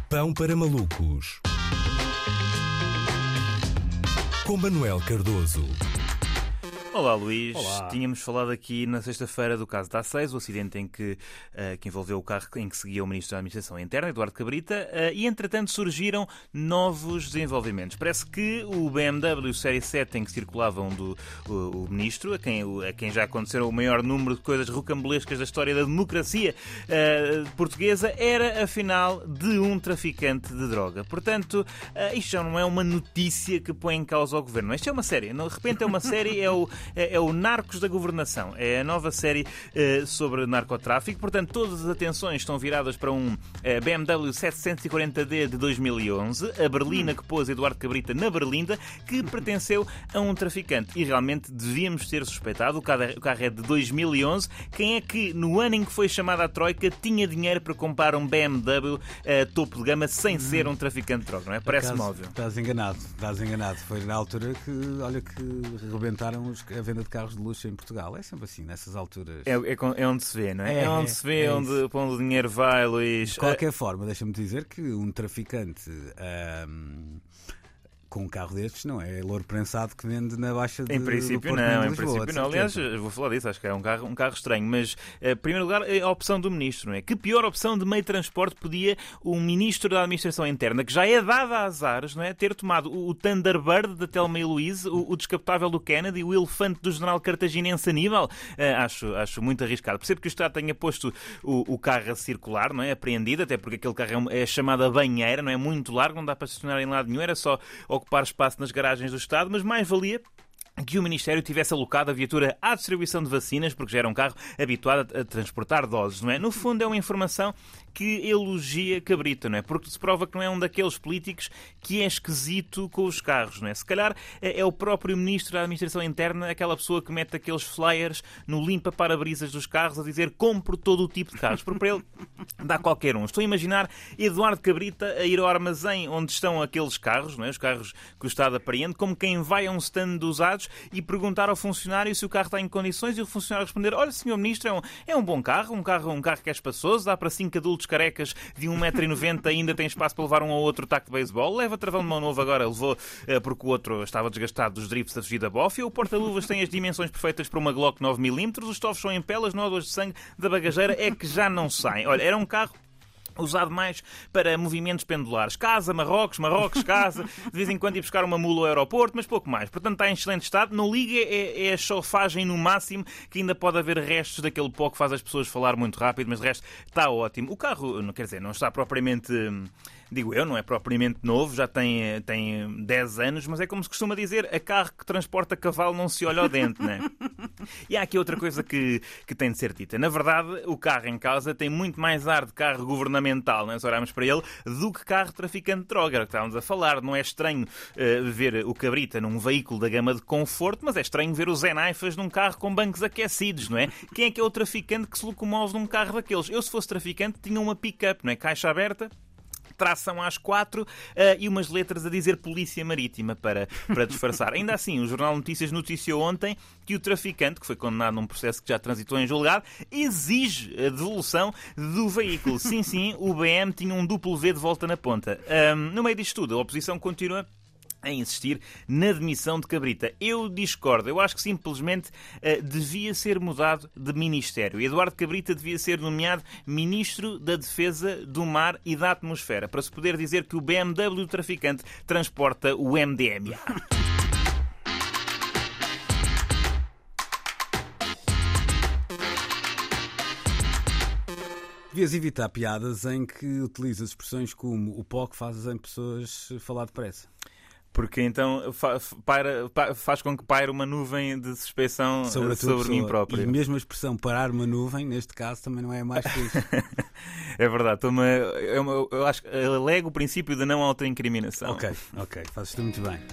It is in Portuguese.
Pão para malucos, com Manuel Cardoso. Olá, Luís. Olá. Tínhamos falado aqui na sexta-feira do caso da A6, o acidente que envolveu o carro em que seguia o Ministro da Administração Interna, Eduardo Cabrita, e entretanto surgiram novos desenvolvimentos. Parece que o BMW Série 7 em que circulavam o Ministro, a quem já aconteceram o maior número de coisas rocambolescas da história da democracia portuguesa, era afinal de um traficante de droga. Portanto, isto já não é uma notícia que põe em causa o Governo. Isto é uma série. De repente é uma série, é o Narcos da Governação. É a nova série sobre narcotráfico. Portanto, todas as atenções estão viradas para um BMW 740D de 2011, a berlina que pôs Eduardo Cabrita na Berlinda, que pertenceu a um traficante. E realmente devíamos ter suspeitado. O carro é de 2011. Quem é que, no ano em que foi chamada a Troika, tinha dinheiro para comprar um BMW topo de gama sem ser um traficante de droga? Não é? Parece-me óbvio. Estás enganado. Foi na altura que rebentaram a venda de carros de luxo em Portugal. É sempre assim, nessas alturas. É onde se vê, não é? É onde se vê, para onde o dinheiro vai, Luís. De qualquer forma, deixa-me dizer que um traficante com um carro destes não é louro prensado que vende na Baixa de Em princípio não. Aliás, eu vou falar disso, acho que é um carro estranho. Mas, em primeiro lugar, a opção do Ministro, não é? Que pior opção de meio de transporte podia o Ministro da Administração Interna, que já é dado a azares, não é? Ter tomado o Thunderbird da Thelma e Louise, o descapotável do Kennedy, o elefante do general cartaginense Aníbal. Acho muito arriscado. Percebo que o Estado tenha posto o carro a circular, não é? Apreendido, até porque aquele carro é a chamada banheira, não é? Muito largo, não dá para estacionar em lado nenhum, era só ocupar espaço nas garagens do Estado, mas mais valia que o Ministério tivesse alocado a viatura à distribuição de vacinas, porque já era um carro habituado a transportar doses, não é? No fundo é uma informação que elogia Cabrita, não é? Porque se prova que não é um daqueles políticos que é esquisito com os carros, não é? Se calhar é o próprio Ministro da Administração Interna, aquela pessoa que mete aqueles flyers no limpa-parabrisas dos carros a dizer compro todo o tipo de carros, porque para ele dá qualquer um. Estou a imaginar Eduardo Cabrita a ir ao armazém onde estão aqueles carros, não é? Os carros que o Estado apreende, como quem vai a um stand de usados e perguntar ao funcionário se o carro está em condições e o funcionário responder: olha, Sr. Ministro, é um bom carro, um carro que é espaçoso, dá para 5 adultos carecas de 1,90 m, ainda tem espaço para levar um ou outro taco de beisebol, leva travão de mão novo agora, levou porque o outro estava desgastado dos drifts a fugir da bófia, o porta-luvas tem as dimensões perfeitas para uma Glock 9mm, os estofos são em pelas, nódoas de sangue da bagageira é que já não saem. Olha, era um carro usado mais para movimentos pendulares. Casa, Marrocos, casa. De vez em quando ir buscar uma mula ao aeroporto, mas pouco mais. Portanto, está em excelente estado. Não liga, é a chofagem no máximo, que ainda pode haver restos daquele pó que faz as pessoas falar muito rápido, mas de resto está ótimo. O carro, quer dizer, não está propriamente... Digo eu, não é propriamente novo, já tem 10 anos, mas é como se costuma dizer, a carro que transporta cavalo não se olha ao dente, não é? E há aqui outra coisa que tem de ser dita. Na verdade, o carro em causa tem muito mais ar de carro governamental, não é? Se olharmos para ele, do que carro traficante de droga, era o que estávamos a falar. Não é estranho ver o Cabrita num veículo da gama de conforto, mas é estranho ver o Zé Naifas num carro com bancos aquecidos, não é? Quem é o traficante que se locomove num carro daqueles? Eu, se fosse traficante, tinha uma pick-up, não é? Caixa aberta, tração às 4 e umas letras a dizer Polícia Marítima para disfarçar. Ainda assim, o Jornal Notícias noticiou ontem que o traficante, que foi condenado num processo que já transitou em julgado, exige a devolução do veículo. Sim, o BM tinha um duplo V de volta na ponta. No meio disto tudo, a oposição continua a insistir na demissão de Cabrita. Eu discordo. Eu acho que simplesmente devia ser mudado de ministério. Eduardo Cabrita devia ser nomeado Ministro da Defesa do Mar e da Atmosfera, para se poder dizer que o BMW do traficante transporta o MDMA. Devias evitar piadas em que utilizas expressões como o pó que fazes em pessoas falar depressa. Porque então faz com que paire uma nuvem de suspeição sobre mim próprio. E mesmo a expressão parar uma nuvem, neste caso, também não é mais fixe. É verdade. Eu acho que alego o princípio da não autoincriminação. Ok, fazes-te muito bem.